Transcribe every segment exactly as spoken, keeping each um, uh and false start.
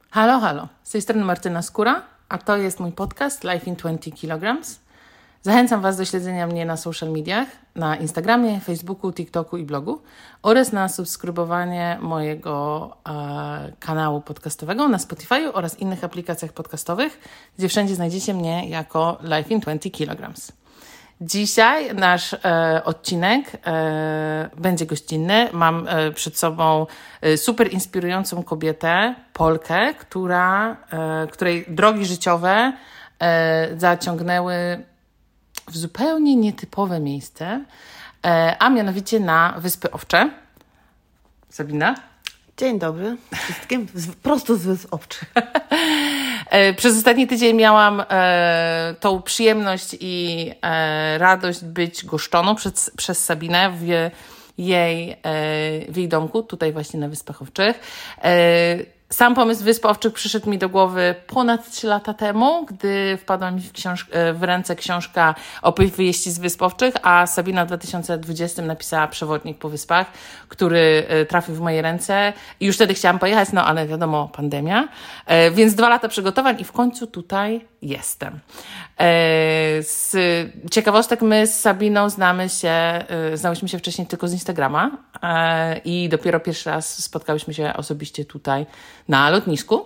Halo, halo. Z tej strony Martyna Skóra, a to jest mój podcast Life in dwadzieścia kilograms. Zachęcam Was do śledzenia mnie na social mediach, na Instagramie, Facebooku, TikToku i blogu oraz na subskrybowanie mojego e, kanału podcastowego na Spotify oraz innych aplikacjach podcastowych, gdzie wszędzie znajdziecie mnie jako Life in dwadzieścia kilograms. Dzisiaj nasz e, odcinek e, będzie gościnny. Mam e, przed sobą e, super inspirującą kobietę, Polkę, która, e, której drogi życiowe e, zaciągnęły w zupełnie nietypowe miejsce, e, a mianowicie na Wyspy Owcze. Sabina? Dzień dobry wszystkim, z, prosto z Wysp Owczych. Przez ostatni tydzień miałam e, tą przyjemność i e, radość być goszczoną przez, przez Sabinę w jej, e, w jej domku, tutaj właśnie na Wyspach Owczych. E, Sam pomysł Wysp Owczych przyszedł mi do głowy ponad trzy lata temu, gdy wpadła mi w, książ- w ręce książka Opowieści z Wysp Owczych, a Sabina w dwa tysiące dwudziestym napisała przewodnik po wyspach, który trafił w moje ręce i już wtedy chciałam pojechać, no ale wiadomo, pandemia, e, więc dwa lata przygotowań i w końcu tutaj jestem. E, z ciekawostek, my z Sabiną znamy się, e, znałyśmy się wcześniej tylko z Instagrama e, i dopiero pierwszy raz spotkałyśmy się osobiście tutaj na lotnisku.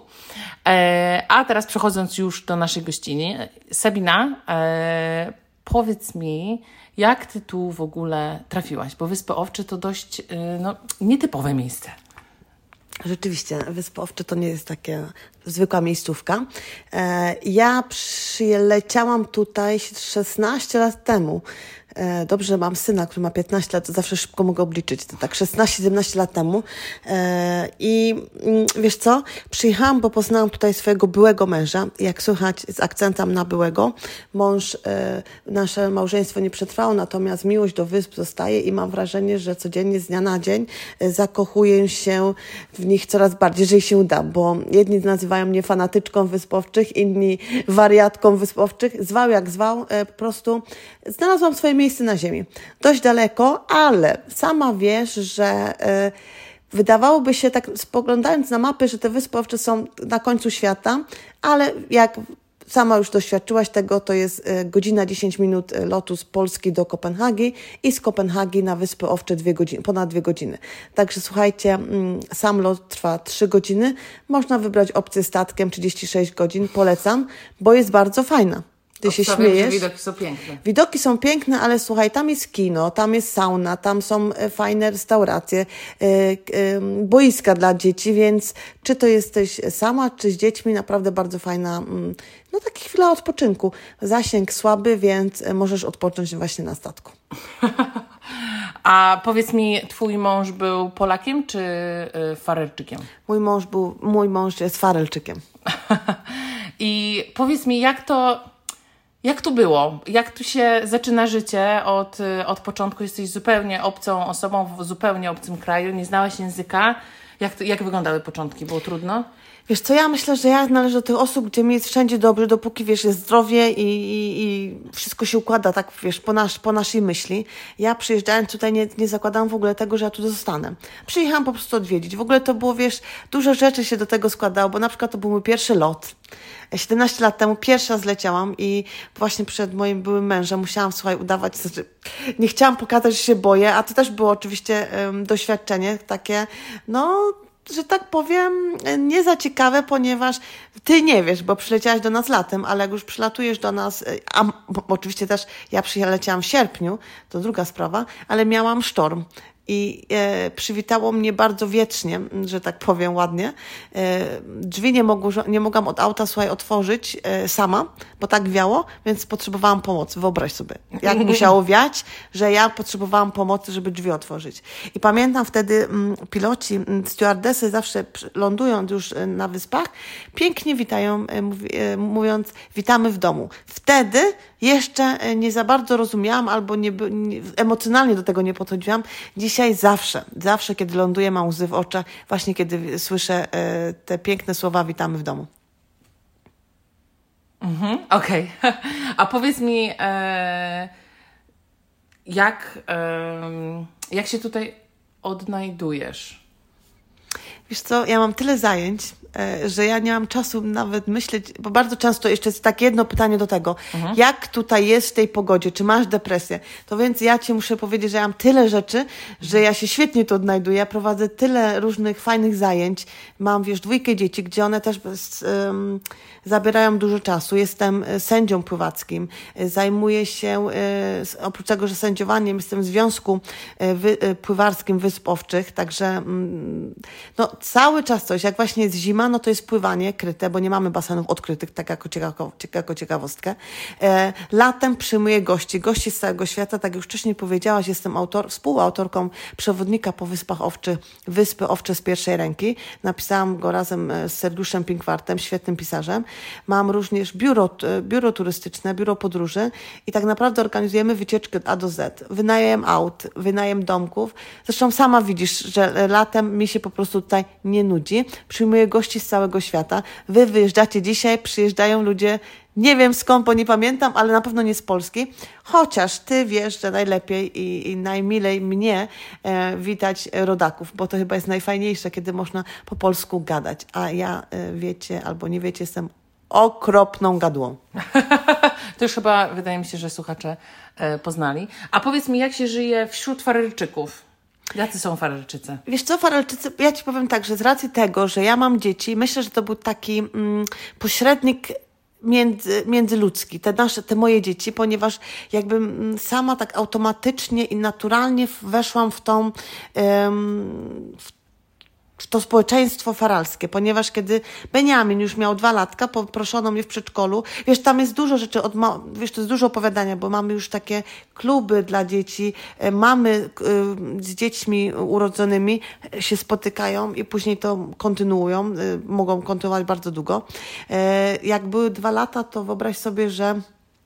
E, a teraz przechodząc już do naszej gościni, Sabina, e, powiedz mi, jak ty tu w ogóle trafiłaś? Bo Wyspy Owcze to dość e, no, nietypowe miejsce. Rzeczywiście, Wyspy Owcze to nie jest takie zwykła miejscówka. E, ja przyleciałam tutaj szesnaście lat temu. E, dobrze, że mam syna, który ma piętnaście lat, to zawsze szybko mogę obliczyć. To tak szesnaście siedemnaście lat temu. E, I mm, wiesz co? Przyjechałam, bo poznałam tutaj swojego byłego męża. Jak słychać, z akcentem na byłego. Mąż, e, nasze małżeństwo nie przetrwało, natomiast miłość do wysp zostaje i mam wrażenie, że codziennie z dnia na dzień e, zakochuję się w nich coraz bardziej, jeżeli się uda, bo jedni nazywają mnie fanatyczką Wysp Owczych, inni wariatką Wysp Owczych. Zwał jak zwał, e, po prostu znalazłam swoje miejsce na ziemi. Dość daleko, ale sama wiesz, że y, wydawałoby się, tak spoglądając na mapy, że te Wyspy Owcze są na końcu świata, ale jak sama już doświadczyłaś tego, to jest y, godzina dziesięć minut lotu z Polski do Kopenhagi i z Kopenhagi na Wyspy Owcze dwie godziny, ponad dwie godziny. Także słuchajcie, mm, sam lot trwa trzy godziny. Można wybrać opcję statkiem trzydzieści sześć godzin. Polecam, bo jest bardzo fajna. Ty się śmiejesz. Widoki są piękne. Widoki są piękne, ale słuchaj, tam jest kino, tam jest sauna, tam są fajne restauracje, yy, yy, boiska dla dzieci, więc czy to jesteś sama, czy z dziećmi, naprawdę bardzo fajna, yy, no taka chwila odpoczynku. Zasięg słaby, więc możesz odpocząć właśnie na statku. A powiedz mi, twój mąż był Polakiem czy y, Farelczykiem? Mój mąż był, mój mąż jest Farelczykiem. I powiedz mi, jak to... Jak tu było? Jak tu się zaczyna życie od, od początku? Jesteś zupełnie obcą osobą w zupełnie obcym kraju, nie znałaś języka. Jak, to, jak wyglądały początki? Było trudno? Wiesz co, ja myślę, że ja należę do tych osób, gdzie mi jest wszędzie dobrze, dopóki, wiesz, jest zdrowie i, i, i wszystko się układa tak, wiesz, po, nasz, po naszej myśli. Ja przyjeżdżając tutaj nie, nie zakładałam w ogóle tego, że ja tu zostanę. Przyjechałam po prostu odwiedzić. W ogóle to było, wiesz, dużo rzeczy się do tego składało, bo na przykład to był mój pierwszy lot. siedemnaście lat temu pierwsza zleciałam i właśnie przed moim byłym mężem musiałam, słuchaj, udawać, znaczy nie chciałam pokazać, że się boję, a to też było oczywiście um, doświadczenie takie, no... że tak powiem, nie za ciekawe, ponieważ ty nie wiesz, bo przyleciałaś do nas latem, ale jak już przylatujesz do nas, a oczywiście też ja przyleciałam w sierpniu, to druga sprawa, ale miałam sztorm. I e, przywitało mnie bardzo wiecznie, że tak powiem ładnie. E, drzwi nie, mogło, nie mogłam od auta, słuchaj, otworzyć e, sama, bo tak wiało, więc potrzebowałam pomocy. Wyobraź sobie, jak musiało wiać, że ja potrzebowałam pomocy, żeby drzwi otworzyć. I pamiętam wtedy m, piloci, m, stewardesy zawsze lądując już na wyspach, pięknie witają, e, mówi, e, mówiąc witamy w domu. Wtedy jeszcze nie za bardzo rozumiałam albo nie, nie, emocjonalnie do tego nie podchodziłam. Dzisiaj zawsze, zawsze kiedy ląduję, mam łzy w oczach, właśnie kiedy słyszę e, te piękne słowa witamy w domu. Mhm, okej. Okay. A powiedz mi, e, jak, e, jak się tutaj odnajdujesz? Wiesz co, ja mam tyle zajęć, że ja nie mam czasu nawet myśleć, bo bardzo często jeszcze jest tak jedno pytanie do tego, mhm. jak tutaj jest w tej pogodzie, czy masz depresję? To więc ja ci muszę powiedzieć, że ja mam tyle rzeczy, że ja się świetnie tu odnajduję, ja prowadzę tyle różnych fajnych zajęć, mam, wiesz, dwójkę dzieci, gdzie one też bez, um, zabierają dużo czasu, jestem sędzią pływackim, zajmuję się, oprócz tego, że sędziowaniem, jestem w Związku wy, Pływarskim Wysp Owczych, także no, cały czas coś, jak właśnie jest zima, no to jest pływanie kryte, bo nie mamy basenów odkrytych, tak jako, ciekawo, jako ciekawostkę. E, latem przyjmuję gości, gości z całego świata, tak jak już wcześniej powiedziałaś, jestem autor, współautorką przewodnika po Wyspach Owczych, Wyspy Owcze z pierwszej ręki. Napisałam go razem z Sergiuszem Pinkwartem, świetnym pisarzem. Mam również biuro, biuro turystyczne, biuro podróży i tak naprawdę organizujemy wycieczki od A do Z. Wynajem aut, wynajem domków. Zresztą sama widzisz, że latem mi się po prostu tutaj nie nudzi. Przyjmuję gości z całego świata. Wy wyjeżdżacie dzisiaj, przyjeżdżają ludzie, nie wiem skąd, bo nie pamiętam, ale na pewno nie z Polski. Chociaż ty wiesz, że najlepiej i, i najmilej mnie e, witać rodaków, bo to chyba jest najfajniejsze, kiedy można po polsku gadać. A ja, e, wiecie albo nie wiecie, jestem okropną gadłą. To już chyba, wydaje mi się, że słuchacze e, poznali. A powiedz mi, jak się żyje wśród Farelczyków? Jacy są Farelczycy? Wiesz co, Farelczycy, ja ci powiem tak, że z racji tego, że ja mam dzieci, myślę, że to był taki mm, pośrednik między, międzyludzki, te nasze, te moje dzieci, ponieważ jakbym sama tak automatycznie i naturalnie weszłam w tą, um, w w to społeczeństwo faralskie, ponieważ kiedy Beniamin już miał dwa latka, poproszono mnie w przedszkolu. Wiesz, tam jest dużo rzeczy, od ma- wiesz, to jest dużo opowiadania, bo mamy już takie kluby dla dzieci, mamy y, z dziećmi urodzonymi się spotykają i później to kontynuują, y, mogą kontynuować bardzo długo. Y, jak były dwa lata, to wyobraź sobie, że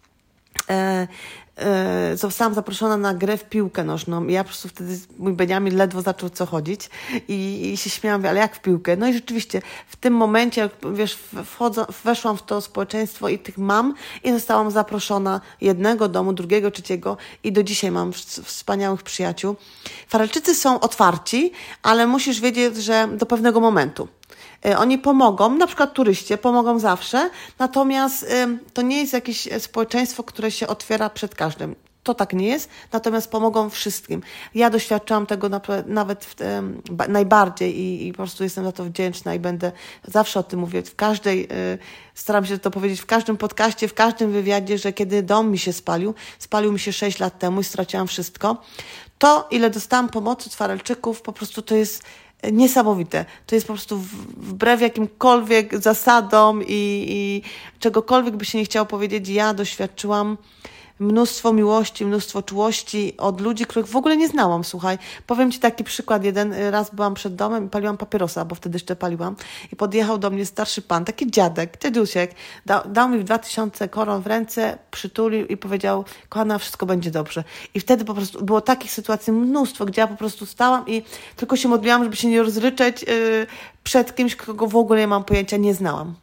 y, Yy, zostałam zaproszona na grę w piłkę nożną i ja po prostu wtedy, mój Beniamin ledwo zaczął co chodzić i, i się śmiałam, mówię, ale jak w piłkę? No i rzeczywiście w tym momencie, wiesz, wchodzą, weszłam w to społeczeństwo i tych mam i zostałam zaproszona jednego domu, drugiego, trzeciego i do dzisiaj mam wspaniałych przyjaciół. Farelczycy są otwarci, ale musisz wiedzieć, że do pewnego momentu. Oni pomogą, na przykład turyście, pomogą zawsze, natomiast y, to nie jest jakieś społeczeństwo, które się otwiera przed każdym. To tak nie jest, natomiast pomogą wszystkim. Ja doświadczałam tego na, nawet w, y, ba, najbardziej i, i po prostu jestem za to wdzięczna i będę zawsze o tym mówić. W każdej, y, staram się to powiedzieć w każdym podcaście, w każdym wywiadzie, że kiedy dom mi się spalił, spalił mi się sześć lat temu i straciłam wszystko, to ile dostałam pomocy od Farelczyków, po prostu to jest niesamowite. To jest po prostu wbrew jakimkolwiek zasadom i, i czegokolwiek by się nie chciało powiedzieć, ja doświadczyłam mnóstwo miłości, mnóstwo czułości od ludzi, których w ogóle nie znałam, słuchaj. Powiem ci taki przykład, jeden raz byłam przed domem i paliłam papierosa, bo wtedy jeszcze paliłam i podjechał do mnie starszy pan, taki dziadek, dziadusiek, dał, dał mi dwa tysiące koron w ręce, przytulił i powiedział, kochana, wszystko będzie dobrze. I wtedy po prostu było takich sytuacji mnóstwo, gdzie ja po prostu stałam i tylko się modliłam, żeby się nie rozryczeć yy, przed kimś, kogo w ogóle nie mam pojęcia, nie znałam.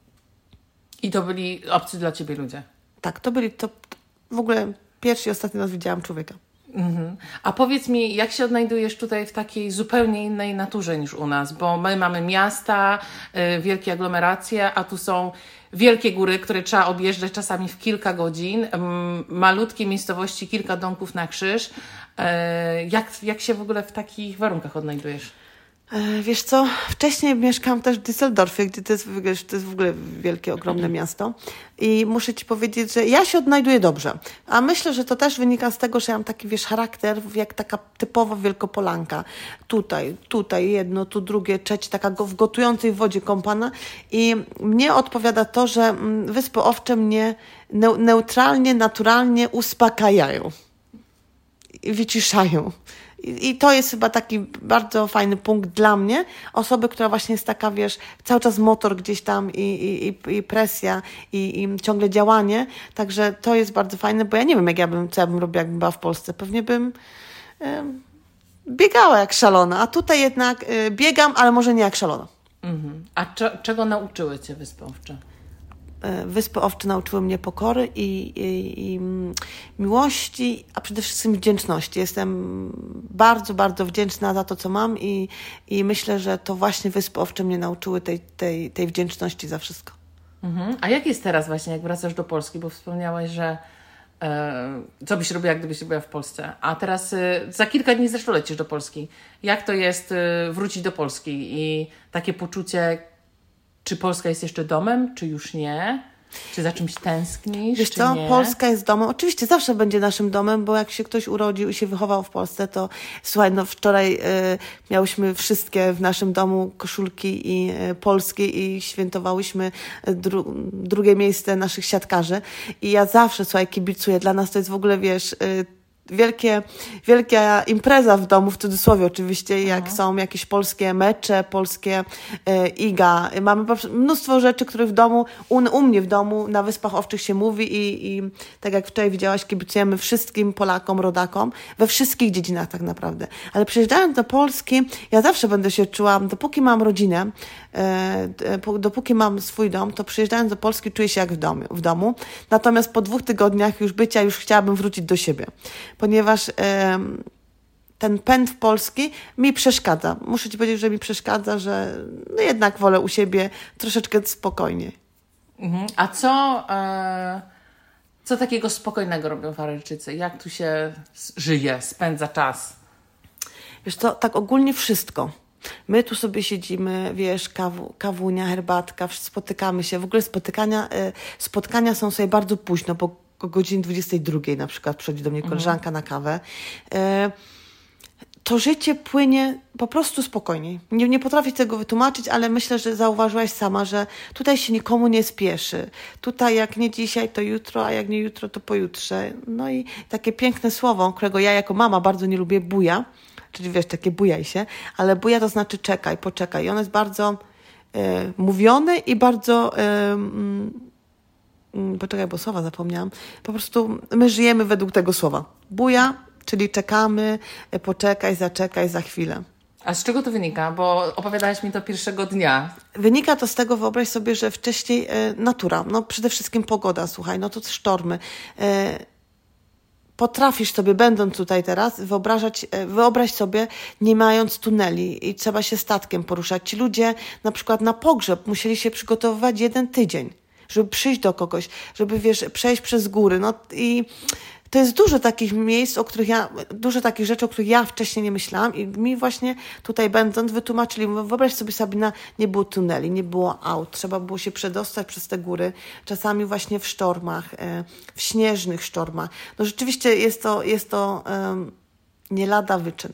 I to byli obcy dla ciebie ludzie? Tak, to byli to w ogóle pierwszy i ostatni raz widziałam człowieka. Mhm. A powiedz mi, jak się odnajdujesz tutaj w takiej zupełnie innej naturze niż u nas? Bo my mamy miasta, y, wielkie aglomeracje, a tu są wielkie góry, które trzeba objeżdżać czasami w kilka godzin, y, malutkie miejscowości, kilka domków na krzyż. Y, jak, jak się w ogóle w takich warunkach odnajdujesz? Wiesz co, wcześniej mieszkałam też w Düsseldorfie, gdzie to jest, to jest w ogóle wielkie, ogromne miasto i muszę ci powiedzieć, że ja się odnajduję dobrze, a myślę, że to też wynika z tego, że ja mam taki, wiesz, charakter jak taka typowa Wielkopolanka. Tutaj, tutaj jedno, tu drugie, trzecie, taka w gotującej wodzie kąpana i mnie odpowiada to, że Wyspy Owcze mnie neutralnie, naturalnie uspokajają i wyciszają. I to jest chyba taki bardzo fajny punkt dla mnie, osoby, która właśnie jest taka, wiesz, cały czas motor gdzieś tam i, i, i presja i, i ciągle działanie, także to jest bardzo fajne, bo ja nie wiem, jak ja bym, co ja bym robiła, jakbym była w Polsce, pewnie bym e, biegała jak szalona, a tutaj jednak e, biegam, ale może nie jak szalona. Mhm. A cze- czego nauczyły cię Wyspy Owcze? Wyspy Owcze nauczyły mnie pokory i, i, i miłości, a przede wszystkim wdzięczności. Jestem bardzo, bardzo wdzięczna za to, co mam i, i myślę, że to właśnie Wyspy Owcze mnie nauczyły tej, tej, tej wdzięczności za wszystko. Mhm. A jak jest teraz właśnie, jak wracasz do Polski? Bo wspomniałaś, że e, co byś robiła, gdybyś była w Polsce? A teraz e, za kilka dni zresztą lecisz do Polski. Jak to jest e, wrócić do Polski i takie poczucie, czy Polska jest jeszcze domem, czy już nie? Czy za czymś tęsknisz, Wiesz czy co, nie? Polska jest domem. Oczywiście zawsze będzie naszym domem, bo jak się ktoś urodził i się wychował w Polsce, to słuchaj, no wczoraj y, miałyśmy wszystkie w naszym domu koszulki i y, polskie i świętowałyśmy dru, drugie miejsce naszych siatkarzy. I ja zawsze, słuchaj, kibicuję. Dla nas to jest w ogóle, wiesz... Y, Wielkie, wielka impreza w domu, w cudzysłowie oczywiście, jak Aha. są jakieś polskie mecze, polskie e, iga. Mamy mnóstwo rzeczy, które w domu, u, u mnie w domu, na Wyspach Owczych się mówi i, i tak jak wczoraj widziałaś, kibicujemy wszystkim Polakom, rodakom, we wszystkich dziedzinach tak naprawdę. Ale przyjeżdżając do Polski, ja zawsze będę się czuła, dopóki mam rodzinę, e, dopóki mam swój dom, to przyjeżdżając do Polski czuję się jak w domu, w domu. Natomiast po dwóch tygodniach już bycia, już chciałabym wrócić do siebie. Ponieważ e, ten pęd w Polski mi przeszkadza. Muszę Ci powiedzieć, że mi przeszkadza, że no jednak wolę u siebie troszeczkę spokojniej. Mhm. A co, e, co takiego spokojnego robią Faryjczycy? Jak tu się żyje, spędza czas? Wiesz co, tak ogólnie wszystko. My tu sobie siedzimy, wiesz, kawu, kawunia, herbatka, spotykamy się. W ogóle spotykania, e, spotkania są sobie bardzo późno, bo o godzinie dwudziestej drugiej na przykład przychodzi do mnie koleżanka mhm. na kawę. E, to życie płynie po prostu spokojniej. Nie, nie potrafię tego wytłumaczyć, ale myślę, że zauważyłaś sama, że tutaj się nikomu nie spieszy. Tutaj jak nie dzisiaj, to jutro, a jak nie jutro, to pojutrze. No i takie piękne słowo, którego ja jako mama bardzo nie lubię, buja, czyli wiesz, takie bujaj się, ale buja to znaczy czekaj, poczekaj. I ono jest bardzo e, mówione i bardzo... E, mm, Poczekaj, bo słowa zapomniałam. Po prostu my żyjemy według tego słowa. Buja, czyli czekamy, poczekaj, zaczekaj, za chwilę. A z czego to wynika? Bo opowiadałaś mi to pierwszego dnia. Wynika to z tego, wyobraź sobie, że wcześniej e, natura, no przede wszystkim pogoda, słuchaj, no to sztormy. E, potrafisz sobie, będąc tutaj teraz, wyobrażać, e, wyobraź sobie, nie mając tuneli i trzeba się statkiem poruszać. Ci ludzie na przykład na pogrzeb musieli się przygotowywać jeden tydzień. Żeby przyjść do kogoś, żeby, wiesz, przejść przez góry. No i to jest dużo takich miejsc, o których ja, dużo takich rzeczy, o których ja wcześniej nie myślałam i mi właśnie tutaj będąc wytłumaczyli, wyobraź sobie, Sabina, nie było tuneli, nie było aut, trzeba było się przedostać przez te góry, czasami właśnie w sztormach, w śnieżnych sztormach. No rzeczywiście jest to, jest to um, nie lada wyczyn.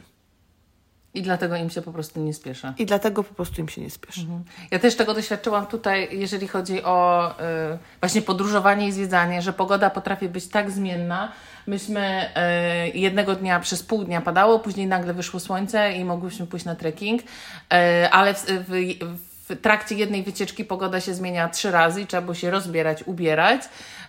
I dlatego im się po prostu nie spieszy. I dlatego po prostu im się nie spieszy. Mhm. Ja też tego doświadczyłam tutaj, jeżeli chodzi o y, właśnie podróżowanie i zwiedzanie, że pogoda potrafi być tak zmienna. Myśmy y, jednego dnia przez pół dnia padało, później nagle wyszło słońce i mogłyśmy pójść na trekking, y, ale w, w, w trakcie jednej wycieczki pogoda się zmienia trzy razy i trzeba było się rozbierać, ubierać.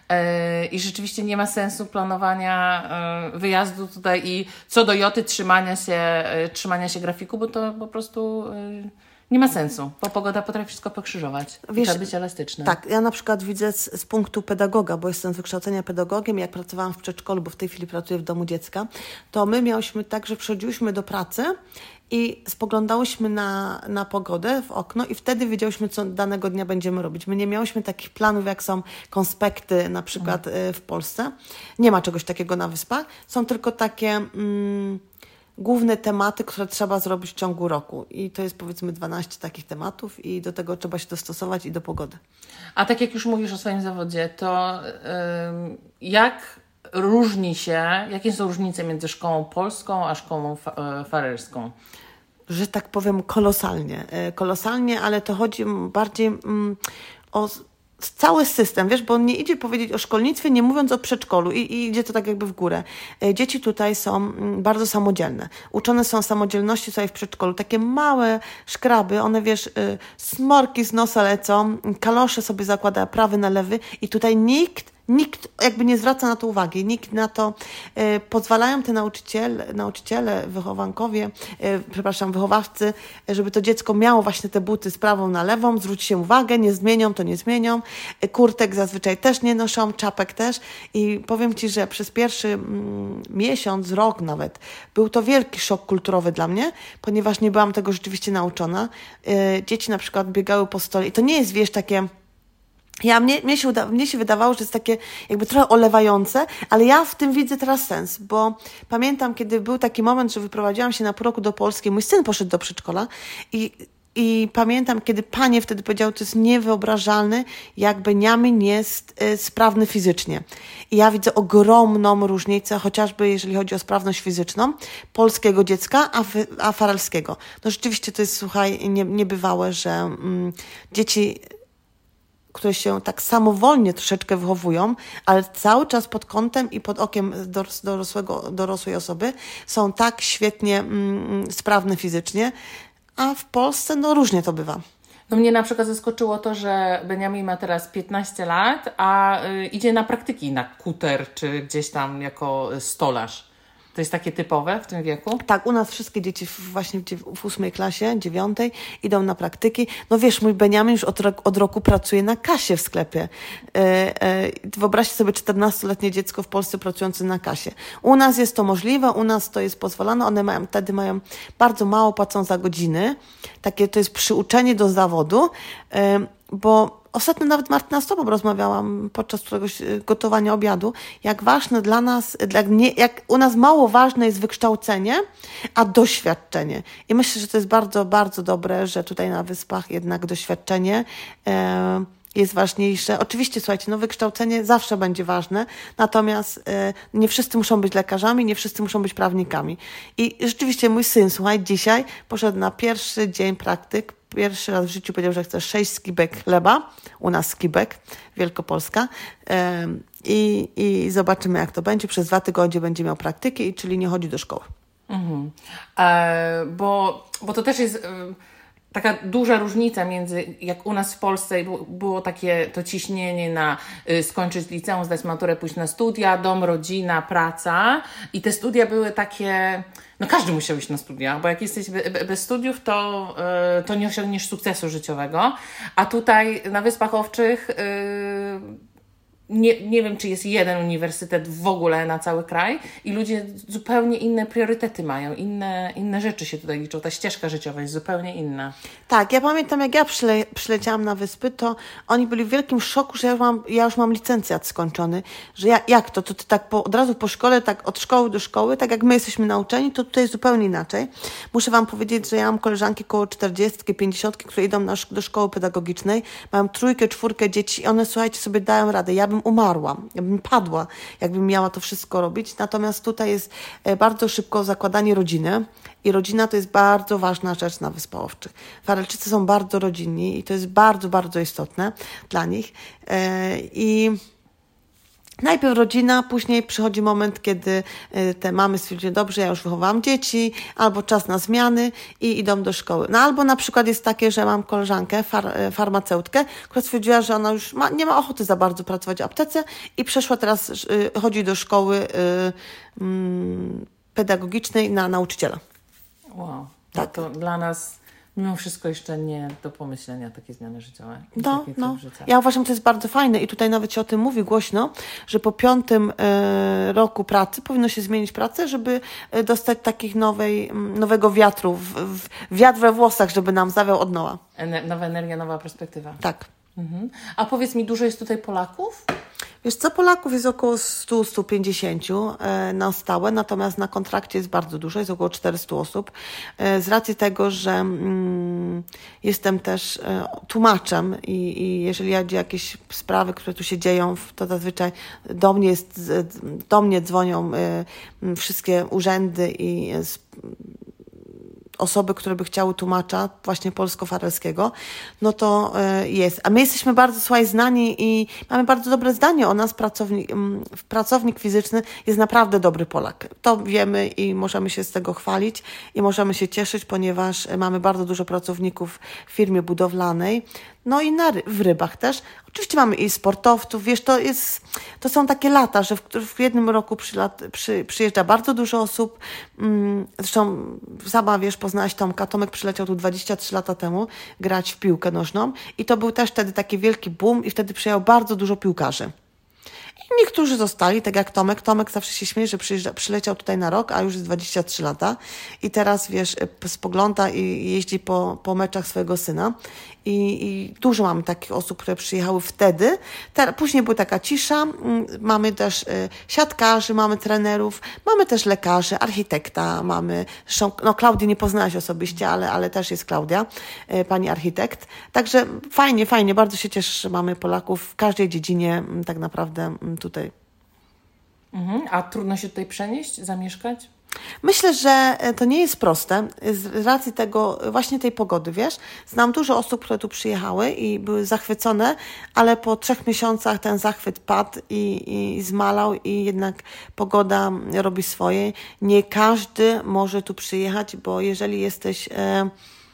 I rzeczywiście nie ma sensu planowania wyjazdu tutaj i co do joty trzymania się, trzymania się grafiku, bo to po prostu nie ma sensu, bo pogoda potrafi wszystko pokrzyżować. Wiesz, trzeba być elastyczny. Tak, ja na przykład widzę z, z punktu pedagoga, bo jestem z wykształcenia pedagogiem, jak pracowałam w przedszkolu, bo w tej chwili pracuję w domu dziecka, to my miałyśmy tak, że przychodziłyśmy do pracy i spoglądałyśmy na, na pogodę w okno i wtedy wiedziałyśmy, co danego dnia będziemy robić. My nie miałyśmy takich planów, jak są konspekty na przykład mhm. w Polsce. Nie ma czegoś takiego na Wyspach. Są tylko takie mm, główne tematy, które trzeba zrobić w ciągu roku. I to jest powiedzmy dwanaście takich tematów i do tego trzeba się dostosować i do pogody. A tak jak już mówisz o swoim zawodzie, to yy, jak różni się, jakie są różnice między szkołą polską a szkołą fa- farerską? Że tak powiem kolosalnie. Kolosalnie, ale to chodzi bardziej mm, o cały system, wiesz, bo on nie idzie powiedzieć o szkolnictwie, nie mówiąc o przedszkolu i, i idzie to tak jakby w górę. Dzieci tutaj są bardzo samodzielne. Uczone są samodzielności tutaj w przedszkolu. Takie małe szkraby, one wiesz, smorki z nosa lecą, kalosze sobie zakłada prawy na lewy i tutaj nikt Nikt jakby nie zwraca na to uwagi, nikt na to, e, pozwalają te nauczyciele, nauczyciele wychowankowie, e, przepraszam, wychowawcy, e, żeby to dziecko miało właśnie te buty z prawą na lewą, zwróci się uwagę, nie zmienią, to nie zmienią, e, kurtek zazwyczaj też nie noszą, czapek też i powiem Ci, że przez pierwszy mm, miesiąc, rok nawet, był to wielki szok kulturowy dla mnie, ponieważ nie byłam tego rzeczywiście nauczona. E, dzieci na przykład biegały po stole i to nie jest, wiesz, takie... Ja, mnie, mnie, się uda, mnie się wydawało, że jest takie jakby trochę olewające, ale ja w tym widzę teraz sens, bo pamiętam, kiedy był taki moment, że wyprowadziłam się na pół roku do Polski, mój syn poszedł do przedszkola i, i pamiętam, kiedy panie wtedy powiedziały, to jest niewyobrażalne, jak Beniamin jest y, sprawny fizycznie. I ja widzę ogromną różnicę, chociażby jeżeli chodzi o sprawność fizyczną polskiego dziecka, a, wy, a farelskiego. No rzeczywiście to jest, słuchaj, nie, niebywałe, że mm, dzieci... które się tak samowolnie troszeczkę wychowują, ale cały czas pod kątem i pod okiem dorosłego, dorosłej osoby są tak świetnie mm, sprawne fizycznie, a w Polsce no różnie to bywa. No mnie na przykład zaskoczyło to, że Beniamin ma teraz piętnaście lat, a y, idzie na praktyki na kuter, czy gdzieś tam jako stolarz. To jest takie typowe w tym wieku? Tak, u nas wszystkie dzieci w, właśnie w, w ósmej klasie, dziewiątej idą na praktyki. No wiesz, mój Beniamin już od, od roku pracuje na kasie w sklepie. E, e, wyobraźcie sobie czternastoletnie dziecko w Polsce pracujące na kasie. U nas jest to możliwe, u nas to jest pozwalane. One mają, wtedy mają bardzo mało płacą za godziny. Takie to jest przyuczenie do zawodu, e, bo ostatnio nawet, Martyna, z Tobą rozmawiałam podczas któregoś gotowania obiadu, jak ważne dla nas, jak, nie, jak u nas mało ważne jest wykształcenie, a doświadczenie. I myślę, że to jest bardzo, bardzo dobre, że tutaj na Wyspach jednak doświadczenie e, jest ważniejsze. Oczywiście, słuchajcie, no wykształcenie zawsze będzie ważne, natomiast e, nie wszyscy muszą być lekarzami, nie wszyscy muszą być prawnikami. I rzeczywiście mój syn, słuchaj, dzisiaj poszedł na pierwszy dzień praktyk. Pierwszy raz w życiu powiedział, że chce sześć skibek chleba, u nas skibek, Wielkopolska. I, i zobaczymy, jak to będzie. Przez dwa tygodnie będzie miał praktyki, czyli nie chodzi do szkoły. Mhm. E, bo, bo to też jest... Y- Taka duża różnica między, jak u nas w Polsce było takie to ciśnienie na y, skończyć liceum, zdać maturę, pójść na studia, dom, rodzina, praca i te studia były takie, no każdy musiał iść na studia, bo jak jesteś be, be, bez studiów, to, y, to nie osiągniesz sukcesu życiowego, a tutaj na Wyspach Owczych y, Nie, nie wiem, czy jest jeden uniwersytet w ogóle na cały kraj i ludzie zupełnie inne priorytety mają, inne, inne rzeczy się tutaj liczą. Ta ścieżka życiowa jest zupełnie inna. Tak, ja pamiętam, jak ja przyle, przyleciałam na Wyspy, to oni byli w wielkim szoku, że ja już mam, ja już mam licencjat skończony, że ja, jak to, to ty tak po, od razu po szkole, tak od szkoły do szkoły, tak jak my jesteśmy nauczeni, to tutaj jest zupełnie inaczej. Muszę Wam powiedzieć, że ja mam koleżanki koło czterdziestki, pięćdziesiątki, które idą na, do szkoły pedagogicznej, mam trójkę, czwórkę dzieci i one, słuchajcie, sobie dają radę. Ja bym umarła, ja bym padła, jakbym miała to wszystko robić. Natomiast tutaj jest bardzo szybko zakładanie rodziny i rodzina to jest bardzo ważna rzecz na Wyspach Owczych. Farelczycy są bardzo rodzinni i to jest bardzo, bardzo istotne dla nich. I najpierw rodzina, później przychodzi moment, kiedy te mamy stwierdziły, dobrze, ja już wychowałam dzieci, albo czas na zmiany i idą do szkoły. No albo na przykład jest takie, że mam koleżankę, far, farmaceutkę, która stwierdziła, że ona już ma, nie ma ochoty za bardzo pracować w aptece i przeszła teraz, chodzi do szkoły y, y, pedagogicznej na nauczyciela. Wow, tak. To dla nas mimo wszystko jeszcze nie do pomyślenia takie zmiany życiowe. No, no. Ja uważam, że to jest bardzo fajne i tutaj nawet się o tym mówi głośno, że po piątym e, roku pracy powinno się zmienić pracę, żeby dostać takich nowej, nowego wiatru, w, w, wiatr we włosach, żeby nam zawiał od nowa. Ener- nowa energia, nowa perspektywa. Tak. Mhm. A powiedz mi, dużo jest tutaj Polaków? Wiesz co, Polaków jest około sto do stu pięćdziesięciu na stałe, natomiast na kontrakcie jest bardzo dużo, jest około czterysta osób. Z racji tego, że mm, jestem też tłumaczem i, i jeżeli chodzi o jakieś sprawy, które tu się dzieją, to zazwyczaj do mnie, jest, do mnie dzwonią y, wszystkie urzędy i y, osoby, które by chciały tłumacza właśnie polsko-farelskiego, no to y, jest. A my jesteśmy bardzo, słuchaj, znani i mamy bardzo dobre zdanie o nas. Pracownik, um, pracownik fizyczny jest naprawdę dobry Polak. To wiemy i możemy się z tego chwalić i możemy się cieszyć, ponieważ mamy bardzo dużo pracowników w firmie budowlanej, no i na, w Rybach też. Oczywiście mamy i sportowców, wiesz, to jest, to są takie lata, że w, w jednym roku przylat, przy, przyjeżdża bardzo dużo osób. Zresztą sama, wiesz, poznałaś Tomka. Tomek przyleciał tu dwadzieścia trzy lata temu grać w piłkę nożną i to był też wtedy taki wielki boom i wtedy przyjechał bardzo dużo piłkarzy. I niektórzy zostali, tak jak Tomek. Tomek zawsze się śmieje, że przyjeżdża, przyleciał tutaj na rok, a już jest dwadzieścia trzy lata i teraz, wiesz, spogląda i jeździ po, po meczach swojego syna. I, I dużo mamy takich osób, które przyjechały wtedy. Teraz, później była taka cisza. Mamy też y, siatkarzy, mamy trenerów, mamy też lekarzy, architekta, mamy, zresztą, no Klaudii nie poznałaś osobiście, ale, ale też jest Klaudia, y, pani architekt. Także fajnie, fajnie, bardzo się cieszę, że mamy Polaków w każdej dziedzinie y, tak naprawdę y, tutaj. Mhm. A trudno się tutaj przenieść, zamieszkać? Myślę, że to nie jest proste z racji tego, właśnie tej pogody, wiesz. Znam dużo osób, które tu przyjechały i były zachwycone, ale po trzech miesiącach ten zachwyt padł i, i zmalał i jednak pogoda robi swoje. Nie każdy może tu przyjechać, bo jeżeli jesteś... E,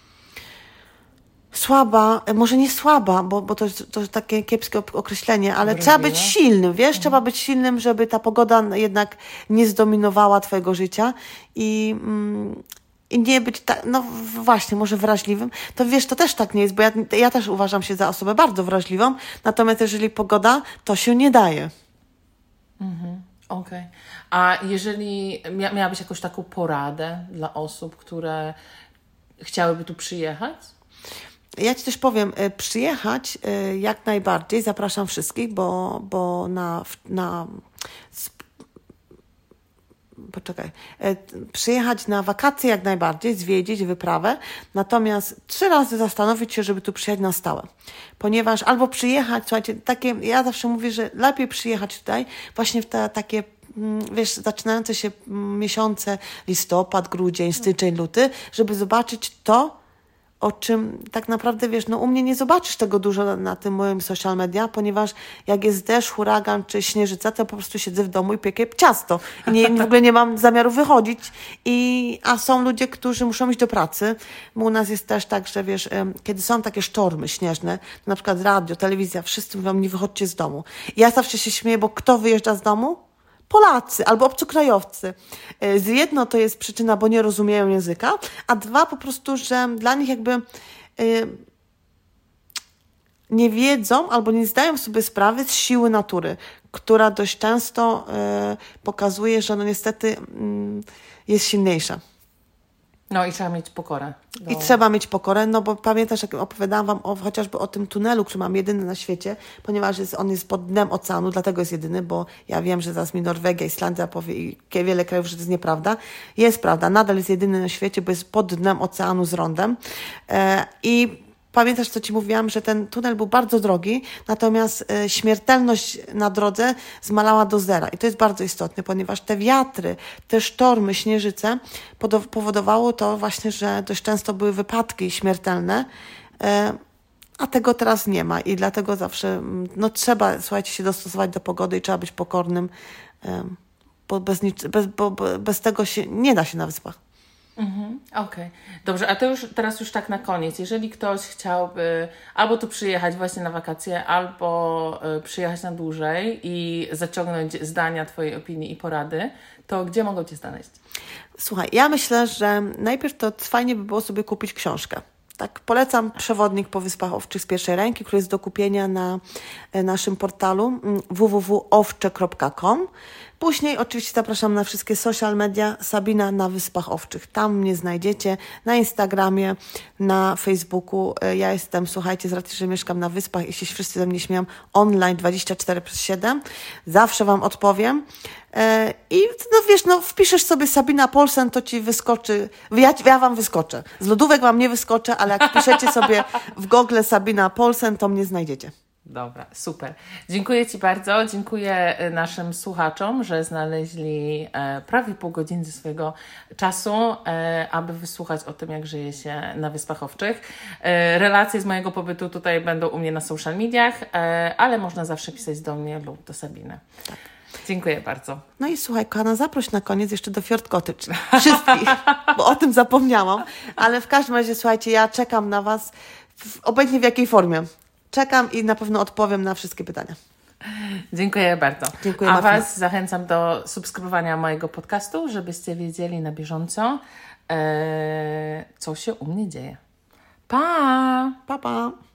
Słaba, może nie słaba, bo, bo to, jest, to jest takie kiepskie określenie, ale Wrażliwe. Trzeba być silnym, wiesz, mhm. Trzeba być silnym, żeby ta pogoda jednak nie zdominowała twojego życia i, mm, i nie być, ta, no właśnie, może wrażliwym. To wiesz, to też tak nie jest, bo ja, ja też uważam się za osobę bardzo wrażliwą, natomiast jeżeli pogoda, to się nie daje. Mhm. Okej. Okay. A jeżeli mia- miałabyś jakąś taką poradę dla osób, które chciałyby tu przyjechać? Ja Ci też powiem, przyjechać jak najbardziej, zapraszam wszystkich, bo, bo na, na poczekaj, przyjechać na wakacje jak najbardziej, zwiedzić wyprawę, natomiast trzy razy zastanowić się, żeby tu przyjechać na stałe, ponieważ albo przyjechać, słuchajcie, takie, ja zawsze mówię, że lepiej przyjechać tutaj właśnie w te takie, wiesz, zaczynające się miesiące, listopad, grudzień, styczeń, luty, żeby zobaczyć to, o czym tak naprawdę, wiesz, no u mnie nie zobaczysz tego dużo na, na tym moim social media, ponieważ jak jest deszcz, huragan czy śnieżyca, to po prostu siedzę w domu i piekę ciasto. I nie, w ogóle nie mam zamiaru wychodzić. I, a są ludzie, którzy muszą iść do pracy. Bo u nas jest też tak, że wiesz, kiedy są takie sztormy śnieżne, na przykład radio, telewizja, wszyscy mówią, nie wychodźcie z domu. I ja zawsze się śmieję, bo kto wyjeżdża z domu? Polacy albo obcokrajowcy. Z jedno to jest przyczyna, bo nie rozumieją języka, a dwa po prostu, że dla nich jakby yy, nie wiedzą albo nie zdają sobie sprawy z siły natury, która dość często yy, pokazuje, że no niestety yy, jest silniejsza. No i trzeba mieć pokorę. Do... I trzeba mieć pokorę, no bo pamiętasz, jak opowiadałam Wam o, chociażby o tym tunelu, który mam jedyny na świecie, ponieważ jest, on jest pod dnem oceanu, dlatego jest jedyny, bo ja wiem, że zaraz mi Norwegia, Islandia powie i wiele krajów, że to jest nieprawda. Jest prawda, nadal jest jedyny na świecie, bo jest pod dnem oceanu z rondem. E, I pamiętasz, co Ci mówiłam, że ten tunel był bardzo drogi, natomiast e, śmiertelność na drodze zmalała do zera. I to jest bardzo istotne, ponieważ te wiatry, te sztormy, śnieżyce podo- powodowało to właśnie, że dość często były wypadki śmiertelne, e, a tego teraz nie ma. I dlatego zawsze no, trzeba, słuchajcie, się dostosować do pogody i trzeba być pokornym, e, bo, bez nic, bez, bo bez tego się nie da się na wyspach. Mhm, okej. Okay. Dobrze, a to już teraz już tak na koniec. Jeżeli ktoś chciałby albo tu przyjechać właśnie na wakacje, albo y, przyjechać na dłużej i zaciągnąć zdania, Twojej opinii i porady, to gdzie mogą Cię znaleźć? Słuchaj, ja myślę, że najpierw to fajnie by było sobie kupić książkę. Tak, polecam przewodnik po Wyspach Owczych z pierwszej ręki, który jest do kupienia na naszym portalu w w w kropka owcze kropka com. Później oczywiście zapraszam na wszystkie social media Sabina na Wyspach Owczych. Tam mnie znajdziecie, na Instagramie, na Facebooku. Ja jestem, słuchajcie, z racji, że mieszkam na Wyspach i się wszyscy ze mnie śmieją, online dwadzieścia cztery przez siedem. Zawsze Wam odpowiem. I no wiesz, no wpiszesz sobie Sabina Paulsen, to Ci wyskoczy, ja, ja Wam wyskoczę. Z lodówek Wam nie wyskoczę, ale jak wpiszecie sobie w Google Sabina Paulsen, to mnie znajdziecie. Dobra, super. Dziękuję Ci bardzo. Dziękuję naszym słuchaczom, że znaleźli e, prawie pół godziny ze swojego czasu, e, aby wysłuchać o tym, jak żyje się na Wyspach Owczych. E, relacje z mojego pobytu tutaj będą u mnie na social mediach, e, ale można zawsze pisać do mnie lub do Sabiny. Tak. Dziękuję bardzo. No i słuchaj, kochana, zaproś na koniec jeszcze do Fjord Cottage. Wszystkich, bo o tym zapomniałam. Ale w każdym razie, słuchajcie, ja czekam na Was, w, obojętnie w jakiej formie. czekam i na pewno odpowiem na wszystkie pytania. Dziękuję bardzo. Dziękuję A bardzo. Was zachęcam do subskrybowania mojego podcastu, żebyście wiedzieli na bieżąco, e, co się u mnie dzieje. Pa! Pa, pa!